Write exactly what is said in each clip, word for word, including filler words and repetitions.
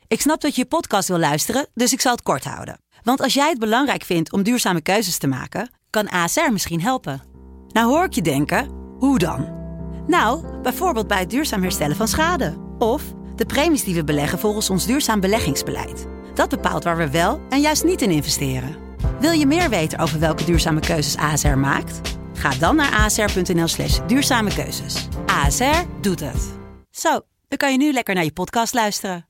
Ik snap dat je je podcast wil luisteren, dus ik zal het kort houden. Want als jij het belangrijk vindt om duurzame keuzes te maken, kan A S R misschien helpen. Nou hoor ik je denken, hoe dan? Nou, bijvoorbeeld bij het duurzaam herstellen van schade. Of de premies die we beleggen volgens ons duurzaam beleggingsbeleid. Dat bepaalt waar we wel en juist niet in investeren. Wil je meer weten over welke duurzame keuzes A S R maakt? Ga dan naar asr.nl slash duurzame keuzes. A S R doet het. Zo, dan kan je nu lekker naar je podcast luisteren.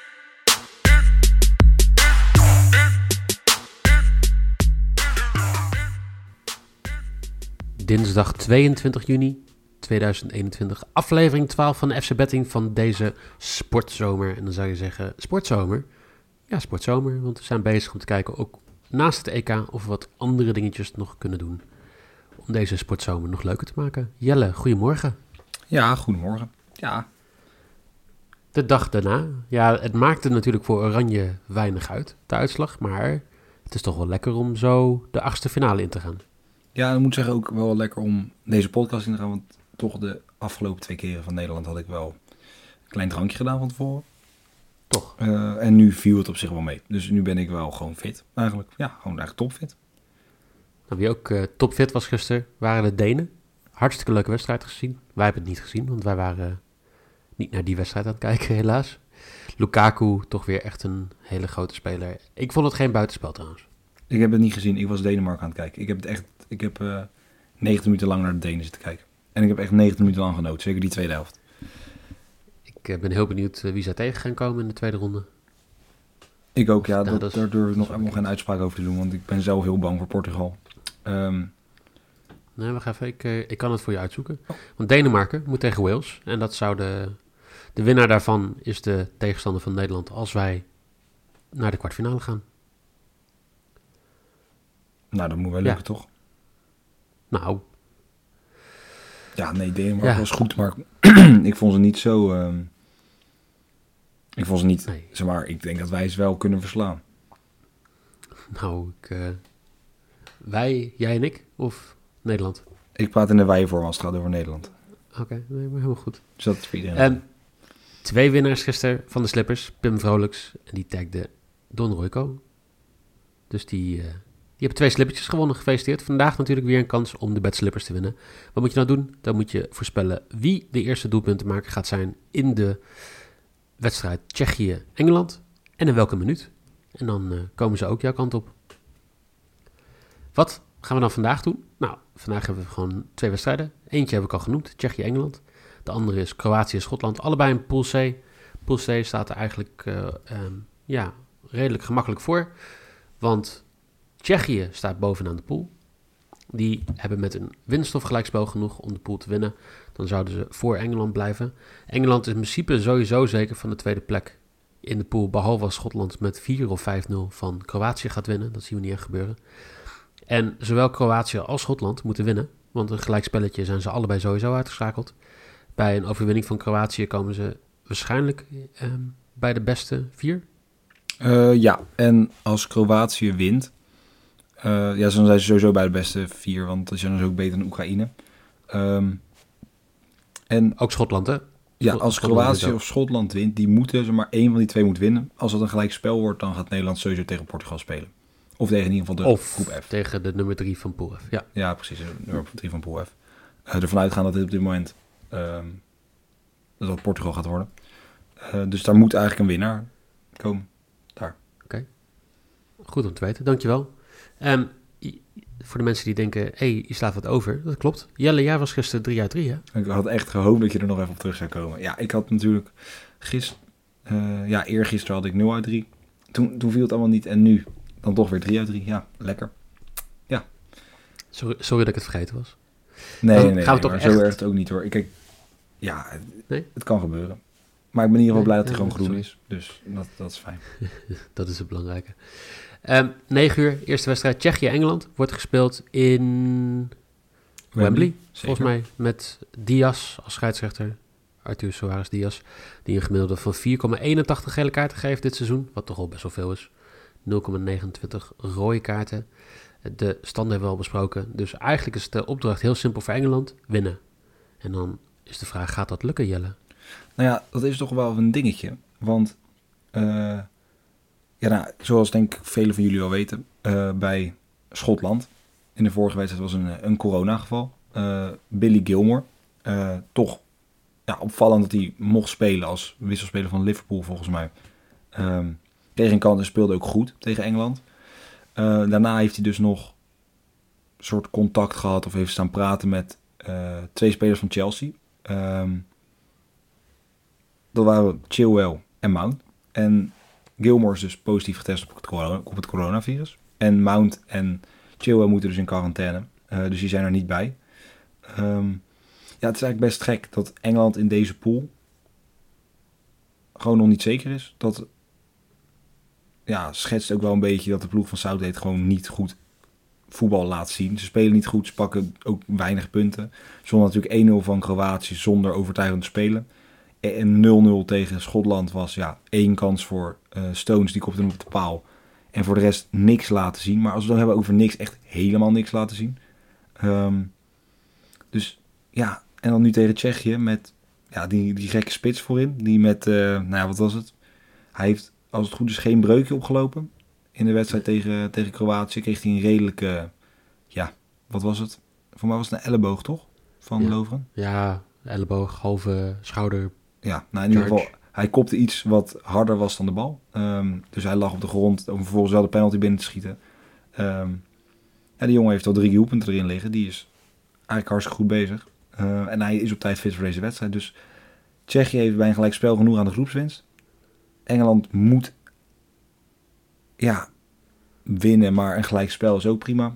Dinsdag tweeëntwintig juni tweeduizend eenentwintig, aflevering twaalf van de F C Betting van deze sportzomer. En dan zou je zeggen, sportzomer? Ja, sportzomer, want we zijn bezig om te kijken ook naast het E K of we wat andere dingetjes nog kunnen doen om deze sportzomer nog leuker te maken. Jelle, goedemorgen. Ja, goedemorgen. Ja. De dag daarna. Ja, het maakte natuurlijk voor Oranje weinig uit, de uitslag, maar het is toch wel lekker om zo de achtste finale in te gaan. Ja, ik moet zeggen ook wel lekker om deze podcast in te gaan, want toch de afgelopen twee keren van Nederland had ik wel een klein drankje gedaan van tevoren. Toch? Uh, en nu viel het op zich wel mee. Dus nu ben ik wel gewoon fit, eigenlijk. Ja, gewoon eigenlijk topfit. Nou, wie ook uh, topfit was gisteren, waren de Denen. Hartstikke leuke wedstrijd gezien. Wij hebben het niet gezien, want wij waren uh, niet naar die wedstrijd aan het kijken, helaas. Lukaku, toch weer echt een hele grote speler. Ik vond het geen buitenspel trouwens. Ik heb het niet gezien. Ik was Denemarken aan het kijken. Ik heb het echt. Ik heb uh, negentig minuten lang naar de Denen zitten kijken. En ik heb echt negentig minuten lang genoten. Zeker die tweede helft. Ik uh, ben heel benieuwd uh, wie zij tegen gaan komen in de tweede ronde. Ik ook, ja. Nou, dat, dat is, daar durf ik nog helemaal geen uitspraak over te doen. Want ik ben zelf heel bang voor Portugal. Um, nee, wacht even. Ik, uh, ik kan het voor je uitzoeken. Oh. Want Denemarken moet tegen Wales. En dat zou de... De winnaar daarvan is de tegenstander van Nederland als wij naar de kwartfinale gaan. Nou, dat moet wel lukken, ja. Toch? Nou. Ja, nee, Denemarken ja. was goed, maar ik vond ze niet zo... Um, ik vond ze niet... Nee. Zeg maar, ik denk dat wij ze wel kunnen verslaan. Nou, ik... Uh, wij, jij en ik? Of Nederland? Ik praat in de wij-vorm als het gaat over Nederland. Oké, okay, nee, maar helemaal goed. Dus dat is voor iedereen. En twee winnaars gisteren van de Slippers. Pim Vrolijks. En die tagde Don Royko. Dus die... Uh, Die hebben twee slippertjes gewonnen, gefeliciteerd. Vandaag natuurlijk weer een kans om de Bet Slippers te winnen. Wat moet je nou doen? Dan moet je voorspellen wie de eerste doelpuntenmaker gaat zijn in de wedstrijd Tsjechië-Engeland. En in welke minuut. En dan uh, komen ze ook jouw kant op. Wat gaan we dan vandaag doen? Nou, vandaag hebben we gewoon twee wedstrijden. Eentje heb ik al genoemd, Tsjechië-Engeland. De andere is Kroatië-Schotland. Allebei in Pool C. Pool C staat er eigenlijk uh, um, ja, redelijk gemakkelijk voor. Want... Tsjechië staat bovenaan de pool. Die hebben met een winst of gelijkspel genoeg om de pool te winnen. Dan zouden ze voor Engeland blijven. Engeland is in principe sowieso zeker van de tweede plek in de pool. Behalve als Schotland met vier of vijf nul van Kroatië gaat winnen. Dat zien we niet echt gebeuren. En zowel Kroatië als Schotland moeten winnen. Want een gelijkspelletje zijn ze allebei sowieso uitgeschakeld. Bij een overwinning van Kroatië komen ze waarschijnlijk eh, bij de beste vier. Uh, ja, en als Kroatië wint... Uh, ja, dan zijn ze sowieso bij de beste vier, want die zijn dus ook beter dan Oekraïne. Um, en ook Schotland, hè? Ja, als Kroatië of Schotland wint, die moeten ze maar één van die twee moet winnen. Als het een gelijk spel wordt, dan gaat Nederland sowieso tegen Portugal spelen. Of tegen in ieder geval de of groep F. tegen de nummer drie van Pool F, ja. Ja, precies, de nummer drie van Pool F. Uh, ervan uitgaan dat dit op dit moment um, dat het Portugal gaat worden. Uh, dus daar moet eigenlijk een winnaar komen. Daar. Oké. Okay. Goed om te weten, dankjewel. Um, voor de mensen die denken, hé, hey, je slaat wat over. Dat klopt. Jelle, jij was gisteren drie uit drie, hè? Ik had echt gehoopt dat je er nog even op terug zou komen. Ja, ik had natuurlijk gisteren, uh, ja, eergisteren had ik nul uit drie. Toen, toen viel het allemaal niet en nu dan toch weer drie uit drie. Ja, lekker. Ja. Sorry, sorry dat ik het vergeten was. Nee, dan nee, nee, gaan we nee toch maar echt... zo erg het ook niet hoor. Ik kijk, ja, nee? Het kan gebeuren. Maar ik ben in ieder geval nee, blij dat hij nee, gewoon groen sorry. is. Dus dat, dat is fijn. Dat is het belangrijke. Um, negen uur, eerste wedstrijd Tsjechië-Engeland. Wordt gespeeld in Wembley, Wembley volgens mij. Met Diaz als scheidsrechter. Arthur Soares Diaz. Die een gemiddelde van vier komma eenentachtig gele kaarten geeft dit seizoen. Wat toch al best wel veel is. nul komma negenentwintig rode kaarten. De standen hebben we al besproken. Dus eigenlijk is de opdracht heel simpel voor Engeland. Winnen. En dan is de vraag, gaat dat lukken, Jelle? Nou ja, dat is toch wel een dingetje. Want Uh, ja, nou, zoals denk ik velen van jullie al weten, uh, bij Schotland. In de vorige wedstrijd was een, een coronageval. Uh, Billy Gilmore. Uh, toch ja, opvallend dat hij mocht spelen als wisselspeler van Liverpool volgens mij. Um, kreeg een kans en speelde ook goed tegen Engeland. Uh, daarna heeft hij dus nog een soort contact gehad of heeft staan praten met uh, twee spelers van Chelsea. Um, dat waren Chilwell en Mount. En Gilmore is dus positief getest op het, corona, op het coronavirus. En Mount en Chilwell moeten dus in quarantaine. Uh, dus die zijn er niet bij. Um, ja, het is eigenlijk best gek dat Engeland in deze pool gewoon nog niet zeker is. Dat ja, schetst ook wel een beetje dat de ploeg van Southgate gewoon niet goed voetbal laat zien. Ze spelen niet goed, ze pakken ook weinig punten. Zonder natuurlijk één nul van Kroatië zonder overtuigend te spelen. En nul nul tegen Schotland was ja één kans voor uh, Stones, die kopte hem op de paal. En voor de rest niks laten zien. Maar als we het dan hebben over niks, echt helemaal niks laten zien. Um, dus ja, en dan nu tegen Tsjechië met ja, die, die gekke spits voorin. Die met, uh, nou ja, wat was het? Hij heeft, als het goed is, geen breukje opgelopen. In de wedstrijd tegen, tegen Kroatië kreeg hij een redelijke, ja, wat was het? Voor mij was het een elleboog, toch? Van ja. Lovren? Ja, elleboog, halve schouder. Ja, nou in ieder geval, hij kopte iets wat harder was dan de bal. Um, dus hij lag op de grond om vervolgens wel de penalty binnen te schieten. Um, ja, die jongen heeft al drie doelpunten erin liggen. Die is eigenlijk hartstikke goed bezig. Uh, en hij is op tijd fit voor deze wedstrijd. Dus Tsjechië heeft bij een gelijkspel genoeg aan de groepswinst. Engeland moet ja, winnen, maar een gelijkspel is ook prima.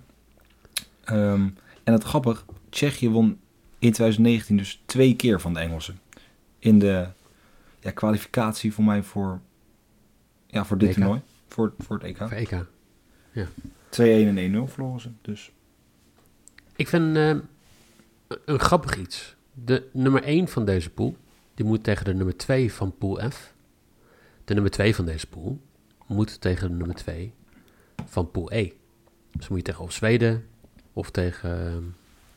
Um, en het grappig, Tsjechië won in twintig negentien dus twee keer van de Engelsen. In de ja, kwalificatie voor mij voor, ja, voor dit E K. toernooi. Voor, voor het E K. Voor E K, ja. twee-een en één nul verloren ze. Dus. Ik vind uh, een grappig iets. De nummer één van deze pool, die moet tegen de nummer twee van pool F. De nummer twee van deze pool moet tegen de nummer twee van pool E. Dus moet je tegen of Zweden of tegen... Uh,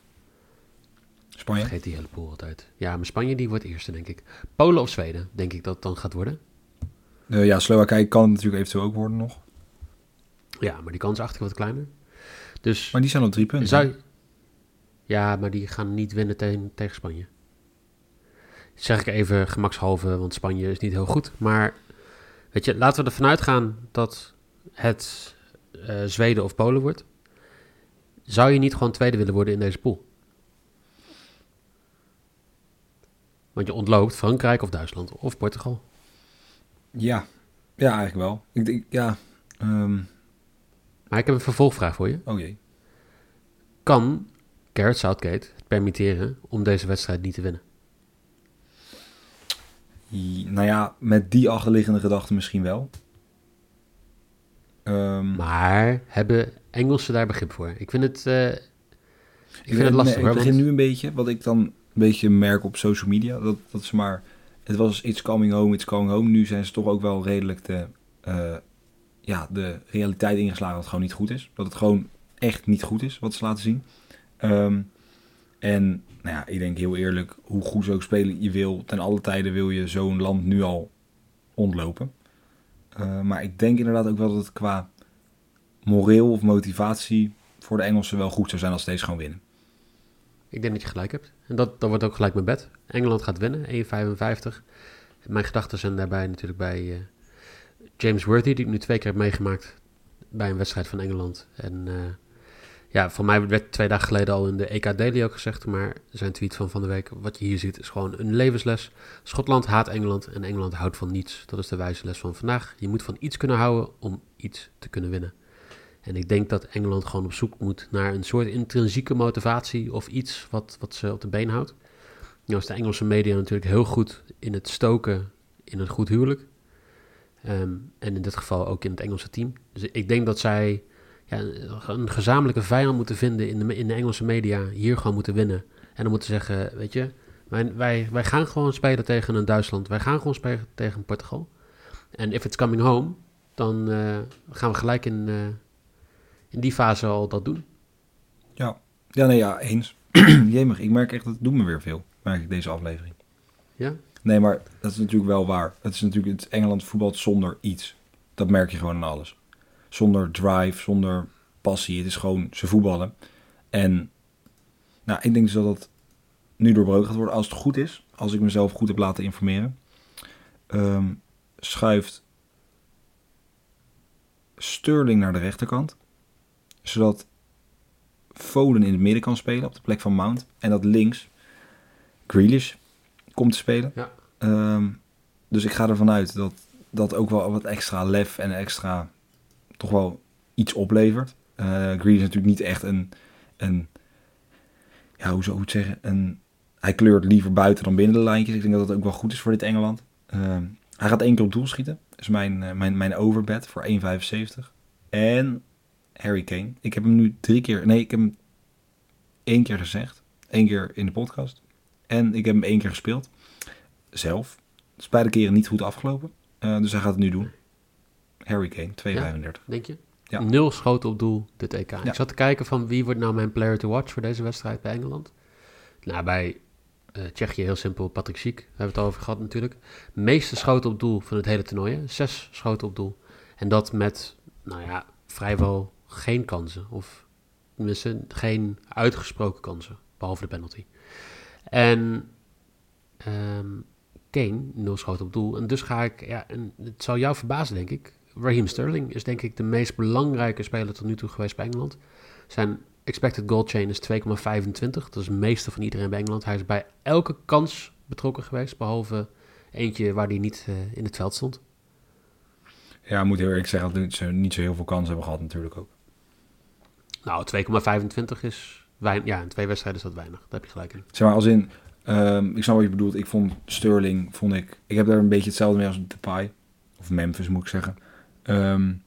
Spanje? Vergeet die hele pool altijd. Ja, maar Spanje die wordt eerste, denk ik. Polen of Zweden, denk ik dat het dan gaat worden. Uh, ja, Slowakije kan het natuurlijk eventueel ook worden nog. Ja, maar die kans is eigenlijk wat kleiner. Dus maar die zijn op drie punten. Zou... Ja, maar die gaan niet winnen tegen, tegen Spanje. Dat zeg ik even gemakshalve, want Spanje is niet heel goed. Maar weet je, laten we ervan uitgaan dat het uh, Zweden of Polen wordt. Zou je niet gewoon tweede willen worden in deze pool? Want je ontloopt Frankrijk of Duitsland of Portugal. Ja, ja eigenlijk wel. Ik denk, ja. Um... Maar ik heb een vervolgvraag voor je. Oh jee. Kan Gareth Southgate het permitteren om deze wedstrijd niet te winnen? Nou ja, met die achterliggende gedachten misschien wel. Um... Maar hebben Engelsen daar begrip voor? Ik vind het, uh, ik vind het lastig. Nee, hoor, ik begin want... nu een beetje, wat ik dan een beetje merk op social media, dat, dat ze maar, het was it's coming home, it's coming home. Nu zijn ze toch ook wel redelijk de, uh, ja, de realiteit ingeslagen dat het gewoon niet goed is. Dat het gewoon echt niet goed is wat ze laten zien. Um, en nou ja, ik denk heel eerlijk, hoe goed ze ook spelen je wil, ten alle tijden wil je zo'n land nu al ontlopen. Uh, maar ik denk inderdaad ook wel dat het qua moreel of motivatie voor de Engelsen wel goed zou zijn als ze deze gewoon winnen. Ik denk dat je gelijk hebt. En dat, dat wordt ook gelijk mijn bet. Engeland gaat winnen, één komma vijfenvijftig. Mijn gedachten zijn daarbij natuurlijk bij uh, James Worthy, die ik nu twee keer heb meegemaakt bij een wedstrijd van Engeland. En uh, ja, voor mij werd twee dagen geleden al in de E K Daily ook gezegd, maar zijn tweet van van de week, wat je hier ziet, is gewoon een levensles. Schotland haat Engeland en Engeland houdt van niets. Dat is de wijze les van vandaag. Je moet van iets kunnen houden om iets te kunnen winnen. En ik denk dat Engeland gewoon op zoek moet naar een soort intrinsieke motivatie of iets wat, wat ze op de been houdt. Nou is de Engelse media natuurlijk heel goed in het stoken in een goed huwelijk. Um, en in dit geval ook in het Engelse team. Dus ik denk dat zij ja, een gezamenlijke vijand moeten vinden in de, in de Engelse media. Hier gewoon moeten winnen. En dan moeten zeggen, weet je, wij, wij, wij gaan gewoon spelen tegen een Duitsland. Wij gaan gewoon spelen tegen Portugal. En if it's coming home, dan uh, gaan we gelijk in... Uh, in die fase al dat doen. Ja, ja nee, ja, eens. Jemig, ik merk echt, dat het doet me weer veel, merk ik deze aflevering. Ja? Nee, maar dat is natuurlijk wel waar. Het is natuurlijk het Engeland voetbalt zonder iets. Dat merk je gewoon aan alles. Zonder drive, zonder passie. Het is gewoon ze voetballen. En nou, ik denk dus dat dat nu doorbroken gaat worden als het goed is. Als ik mezelf goed heb laten informeren. Um, schuift Sterling naar de rechterkant. Zodat Foden in het midden kan spelen op de plek van Mount. En dat links Grealish komt te spelen. Ja. Um, dus ik ga ervan uit dat dat ook wel wat extra lef en extra toch wel iets oplevert. Uh, Grealish is natuurlijk niet echt een, een ja, hoe zou ik het zeggen, een, hij kleurt liever buiten dan binnen de lijntjes. Ik denk dat dat ook wel goed is voor dit Engeland. Uh, hij gaat één keer op doel schieten. Dat is mijn, uh, mijn, mijn overbet voor één komma vijfenzeventig. En Harry Kane. Ik heb hem nu drie keer, nee, ik heb hem één keer gezegd. Eén keer in de podcast. En ik heb hem één keer gespeeld. Zelf. Dus beide keren niet goed afgelopen. Uh, dus hij gaat het nu doen. Harry Kane, twee komma vijfendertig. Ja, denk je? Ja. Nul schoten op doel, dit E K. Ja. Ik zat te kijken van wie wordt nou mijn player to watch voor deze wedstrijd bij Engeland. Nou, bij uh, Tsjechië heel simpel, Patrick Schiek. Daar hebben we het over gehad natuurlijk. Meeste schoten op doel van het hele toernooi. Hè? Zes schoten op doel. En dat met, nou ja, vrijwel geen kansen. Of tenminste geen uitgesproken kansen. Behalve de penalty. En um, Kane, nul schoten op doel. En dus ga ik, ja, en het zal jou verbazen denk ik. Raheem Sterling is denk ik de meest belangrijke speler tot nu toe geweest bij Engeland. Zijn expected goal chain is twee komma vijfentwintig. Dat is het meeste van iedereen bij Engeland. Hij is bij elke kans betrokken geweest. Behalve eentje waar hij niet uh, in het veld stond. Ja, ik moet heel eerlijk zeggen dat ze niet zo heel veel kansen hebben gehad natuurlijk ook. Nou, twee komma vijfentwintig is weinig. Ja, in twee wedstrijden is dat weinig. Daar heb je gelijk in. Zeg maar als in, um, ik snap wat je bedoelt. Ik vond Sterling, vond ik, ik heb daar een beetje hetzelfde mee als Depay. Of Memphis moet ik zeggen. Um,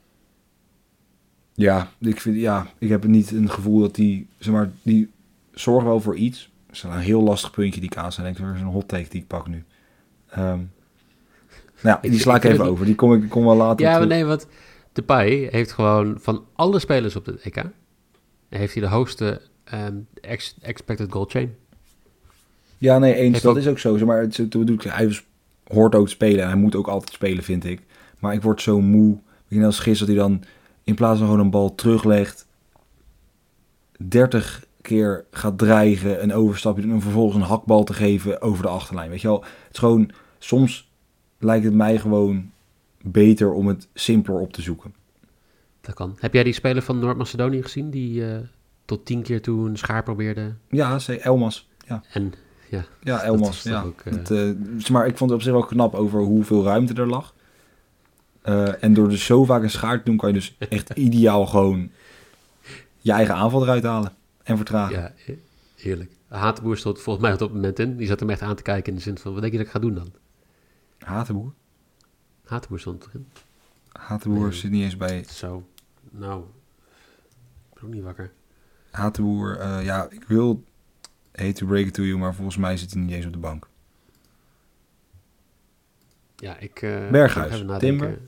ja, ik vind, ja, ik heb niet een gevoel dat die, zeg maar, die zorgen wel voor iets. Dat is een heel lastig puntje die kaas. En denk ik, dat is een hot take die ik pak nu. Um, nou ja, die sla ik, ik even over. Die kom ik kom wel later Ja, terug. maar nee, want Depay heeft gewoon van alle spelers op het E K, heeft hij de hoogste um, ex- expected goal chain. Ja, nee, eens. Heeft dat ook... is ook zo. Zeg maar, het, het, het, hij hoort ook te spelen. En hij moet ook altijd spelen, vind ik. Maar ik word zo moe. Ik denk als gisteren dat hij dan in plaats van gewoon een bal teruglegt, dertig keer gaat dreigen, een overstapje doen en vervolgens een hakbal te geven over de achterlijn. Weet je wel? Het is gewoon, soms lijkt het mij gewoon beter om het simpeler op te zoeken. Dat kan. Heb jij die speler van Noord-Macedonië gezien die uh, tot tien keer toe een schaar probeerde? Ja, zei Elmas. Ja, en, ja, ja Elmas. Ja. Ook, uh... het, uh, maar ik vond het op zich wel knap over hoeveel ruimte er lag. Uh, en door dus zo vaak een schaar te doen, kan je dus echt ideaal gewoon je eigen aanval eruit halen en vertragen. Ja, heerlijk. Hatenboer stond volgens mij op dat moment in. Die zat hem echt aan te kijken in de zin van, wat denk je dat ik ga doen dan? Hatenboer? Hatenboer stond erin. Hatenboer nee. zit niet eens bij... Zo, nou, ik ben ook niet wakker. Hatenboer, uh, ja, ik wil hate to break it to you, maar volgens mij zit hij niet eens op de bank. Ja, ik... Uh, Berghuis, Timber?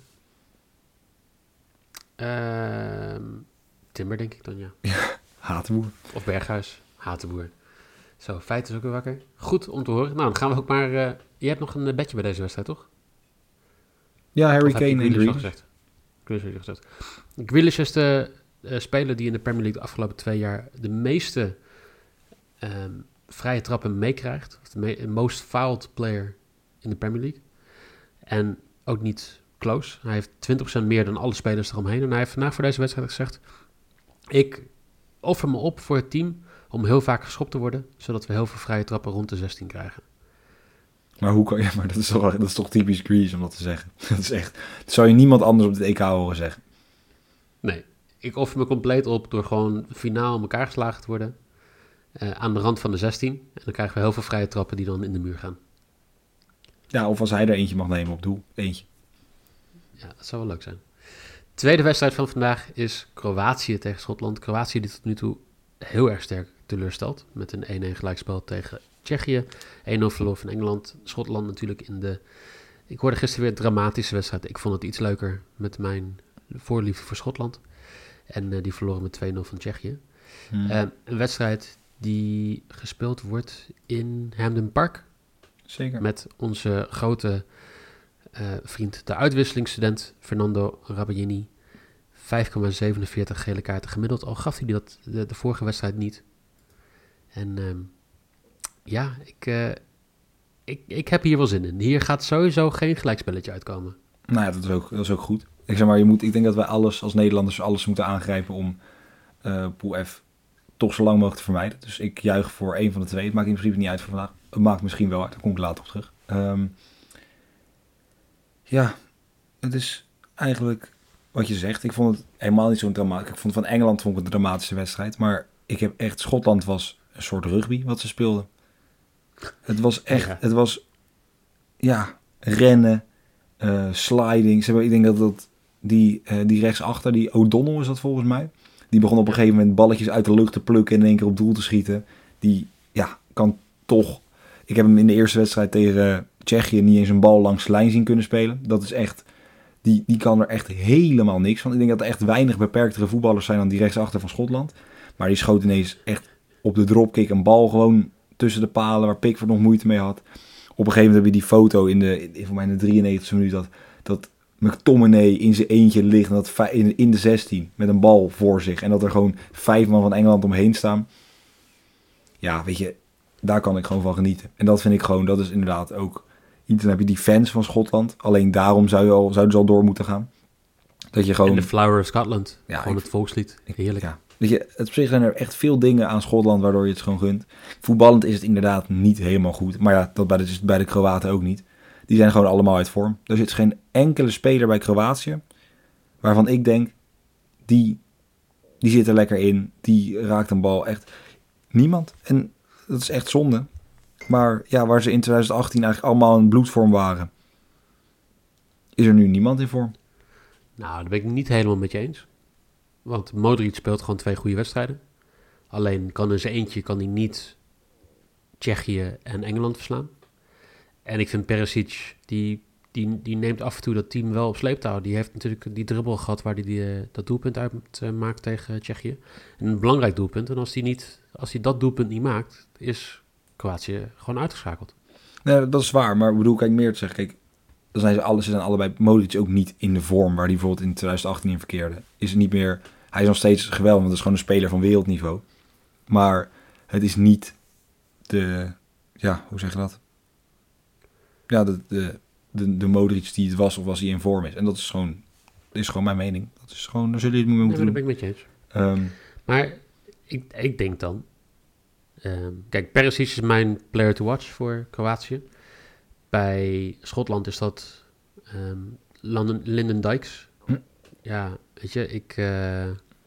Uh, Timber denk ik dan, ja. Ja, Hatenboer. Of Berghuis, Hatenboer. Zo, Feit is ook weer wakker. Goed om te horen. Nou, dan gaan we ook maar... Uh, je hebt nog een bedje bij deze wedstrijd, toch? Ja, Harry Kane en Grealish. Grealish gezegd. Grealish is de uh, speler die in de Premier League de afgelopen twee jaar de meeste um, vrije trappen meekrijgt. De me- most fouled player in de Premier League. En ook niet close. Hij heeft twintig procent meer dan alle spelers eromheen. En hij heeft vandaag voor deze wedstrijd gezegd, ik offer me op voor het team om heel vaak geschopt te worden, zodat we heel veel vrije trappen rond de zestien krijgen. Maar hoe kan je, maar dat is toch, dat is toch typisch Grealish om dat te zeggen. Dat is echt, dat zou je niemand anders op het E K horen zeggen. Nee, ik offer me compleet op door gewoon finaal in elkaar geslagen te worden. Uh, aan de rand van de zestien. En dan krijgen we heel veel vrije trappen die dan in de muur gaan. Ja, of als hij er eentje mag nemen op doel. Eentje. Ja, dat zou wel leuk zijn. Tweede wedstrijd van vandaag is Kroatië tegen Schotland. Kroatië die tot nu toe heel erg sterk teleurstelt. Met een één-één gelijkspel tegen Tsjechië. één nul verloor van Engeland. Schotland natuurlijk in de... Ik hoorde gisteren weer een dramatische wedstrijd. Ik vond het iets leuker met mijn voorliefde voor Schotland. En uh, die verloren met twee nul van Tsjechië. Hmm. Uh, een wedstrijd die gespeeld wordt in Hampden Park. Zeker. Met onze grote uh, vriend, de uitwisselingsstudent Fernando Rabajini. vijf komma zevenenveertig gele kaarten gemiddeld. Al gaf hij dat de, de vorige wedstrijd niet. En um, ja, ik, uh, ik, ik heb hier wel zin in. Hier gaat sowieso geen gelijkspelletje uitkomen. Nou ja, dat is ook, dat is ook goed. Ik zeg maar, je moet, ik denk dat wij alles als Nederlanders alles moeten aangrijpen om uh, Pool F toch zo lang mogelijk te vermijden. Dus ik juich voor één van de twee. Het maakt in principe niet uit voor vandaag. Het maakt misschien wel uit. Daar kom ik later op terug. Um, ja, het is eigenlijk wat je zegt. Ik vond het helemaal niet zo'n dramatisch. Ik vond van Engeland vond ik het een dramatische wedstrijd. Maar ik heb echt... Schotland was een soort rugby wat ze speelden. Het was echt... Ja. Het was... Ja, rennen, uh, sliding. Ze hebben, ik denk dat dat... Die, uh, die rechtsachter, die O'Donnell is dat volgens mij. Die begon op een gegeven moment balletjes uit de lucht te plukken en in één keer op doel te schieten. Die, ja, kan toch... Ik heb hem in de eerste wedstrijd tegen Tsjechië niet eens een bal langs de lijn zien kunnen spelen. Dat is echt... Die, die kan er echt helemaal niks van. Ik denk dat er echt weinig beperktere voetballers zijn dan die rechtsachter van Schotland. Maar die schoot ineens echt op de dropkick een bal gewoon tussen de palen waar Pickford nog moeite mee had. Op een gegeven moment heb je die foto in de, in, voor mij in de drieënnegentigste minuut dat, dat McTominay in zijn eentje ligt en dat in, in de zestien met een bal voor zich. En dat er gewoon vijf man van Engeland omheen staan. Ja, weet je, daar kan ik gewoon van genieten. En dat vind ik gewoon, dat is inderdaad ook... Dan heb je die fans van Schotland. Alleen daarom zou je al, zouden ze al door moeten gaan. Dat je gewoon... En de Flower of Scotland. Ja, gewoon ik, het volkslied. Heerlijk. Ja. Weet je, het op zich zijn er echt veel dingen aan Schotland waardoor je het gewoon gunt. Voetballend is het inderdaad niet helemaal goed. Maar ja, dat bij de, bij de Kroaten ook niet. Die zijn gewoon allemaal uit vorm. Er zit geen enkele speler bij Kroatië waarvan ik denk, die, die zit er lekker in. Die raakt een bal echt. Niemand. En dat is echt zonde. Maar ja, waar ze in twintig achttien eigenlijk allemaal in bloedvorm waren, is er nu niemand in vorm. Nou, daar ben ik niet helemaal met je eens. Want Modric speelt gewoon twee goede wedstrijden. Alleen kan in zijn eentje kan hij niet Tsjechië en Engeland verslaan. En ik vind Perisic, die, die, die neemt af en toe dat team wel op sleeptouw. Die heeft natuurlijk die dribbel gehad waar hij die, dat doelpunt uit uh, maakt tegen Tsjechië. En een belangrijk doelpunt. En als hij, niet, als hij dat doelpunt niet maakt, is Kroatië gewoon uitgeschakeld. Nee, dat is waar. Maar ik bedoel, kijk, meer te zeggen, kijk, dan zijn ze, alle, ze zijn allebei Modric ook niet in de vorm waar hij bijvoorbeeld in twintig achttien in verkeerde. Is het niet meer, hij is nog steeds geweldig, want het is gewoon een speler van wereldniveau. Maar het is niet de, ja, hoe zeg je dat? Ja, de, de, de, de Modric die het was of was hij in vorm is. En dat is gewoon, dat is gewoon mijn mening. Dat is gewoon, daar zullen jullie het mee moeten ja, doen. Dat ben ik met je eens. Um, maar ik, ik denk dan, um, kijk, Perisic is mijn player to watch voor Kroatië. Bij Schotland is dat um, London, Lyndon Dykes. Hm. Ja, weet je, ik, uh,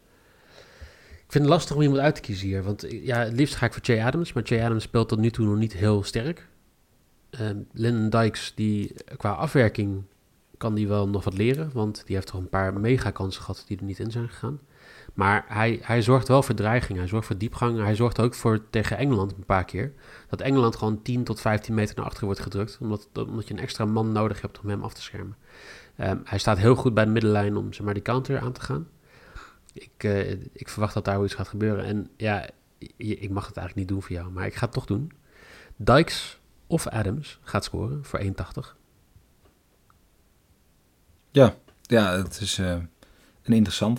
ik vind het lastig om iemand uit te kiezen hier. Want ja, het liefst ga ik voor Che Adams. Maar Che Adams speelt tot nu toe nog niet heel sterk. Um, Lyndon Dykes, die qua afwerking kan die wel nog wat leren. Want die heeft toch een paar megakansen gehad die er niet in zijn gegaan. Maar hij, hij zorgt wel voor dreiging. Hij zorgt voor diepgang. Hij zorgt ook voor tegen Engeland een paar keer. Dat Engeland gewoon tien tot vijftien meter naar achteren wordt gedrukt. Omdat, omdat je een extra man nodig hebt om hem af te schermen. Um, hij staat heel goed bij de middenlijn om zeg maar, die counter aan te gaan. Ik, uh, ik verwacht dat daar wel iets gaat gebeuren. En ja, ik mag het eigenlijk niet doen voor jou. Maar ik ga het toch doen. Dykes of Adams gaat scoren voor één tachtig. Ja, ja, het is uh, een interessante.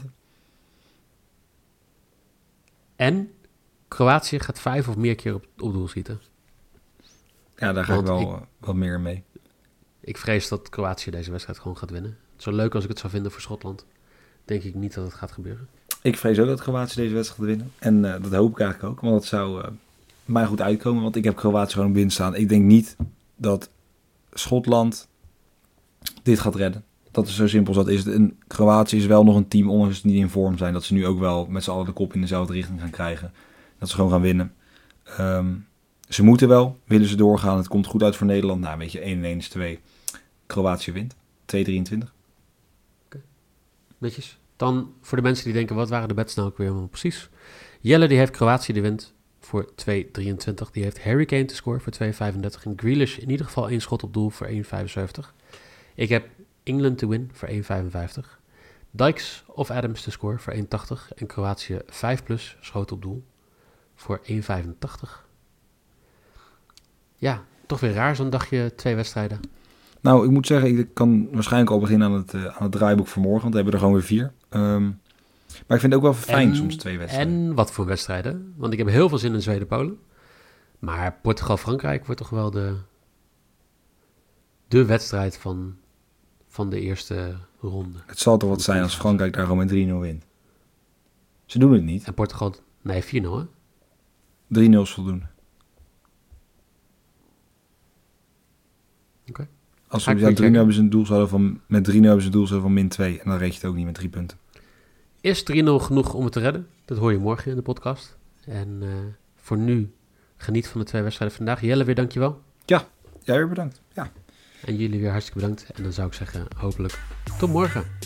En Kroatië gaat vijf of meer keer op, op doel schieten. Ja, daar ga Want ik wel ik, wat meer mee. Ik vrees dat Kroatië deze wedstrijd gewoon gaat winnen. Zo leuk als ik het zou vinden voor Schotland, denk ik niet dat het gaat gebeuren. Ik vrees ook dat Kroatië deze wedstrijd gaat winnen. En uh, dat hoop ik eigenlijk ook, want dat zou uh, mij goed uitkomen. Want ik heb Kroatië gewoon op wind staan. Ik denk niet dat Schotland dit gaat redden. Dat is zo simpel als dat is. En Kroatië is wel nog een team, ondanks dat ze niet in vorm zijn, dat ze nu ook wel met z'n allen de kop in dezelfde richting gaan krijgen. Dat ze gewoon gaan winnen. Um, ze moeten wel, willen ze doorgaan. Het komt goed uit voor Nederland. Nou, weet je, één en één is twee. Kroatië wint. twee drieëntwintig. Oké, okay. Netjes. Dan voor de mensen die denken, wat waren de bets nou ook weer helemaal precies? Jelle die heeft Kroatië die wint voor twee drieëntwintig. Die heeft Harry Kane te scoren voor twee vijfendertig. En Grealish in ieder geval één schot op doel voor één vijfenzeventig. Ik heb England to win voor één vijfenvijftig. Dykes of Adams te scoren voor één tachtig. En Kroatië vijf plus schoot op doel voor één vijfentachtig. Ja, Toch weer raar, zo'n dagje, twee wedstrijden. Nou, ik moet zeggen, ik kan waarschijnlijk al beginnen aan het, uh, aan het draaiboek voor morgen, want we hebben er gewoon weer vier. Um, maar ik vind het ook wel fijn en, soms twee wedstrijden. En wat voor wedstrijden? Want ik heb heel veel zin in Zweden-Polen. Maar Portugal-Frankrijk wordt toch wel de, de wedstrijd van, van de eerste ronde. Het zal toch wat zijn als Frankrijk daar gewoon met drie nul wint. Ze doen het niet. En Portugal, nee, vier nul hè? drie nul is voldoende. Oké. Okay. Als ze ja, drie nul hebben ze een doelsaldo van, met drie nul hebben ze een doelsaldo van min twee. En dan reed je het ook niet met drie punten. Is drie nul genoeg om het te redden? Dat hoor je morgen in de podcast. En uh, voor nu, geniet van de twee wedstrijden vandaag. Jelle, weer dankjewel. Ja, jij weer bedankt. Ja. En jullie weer hartstikke bedankt. En dan zou ik zeggen, hopelijk tot morgen.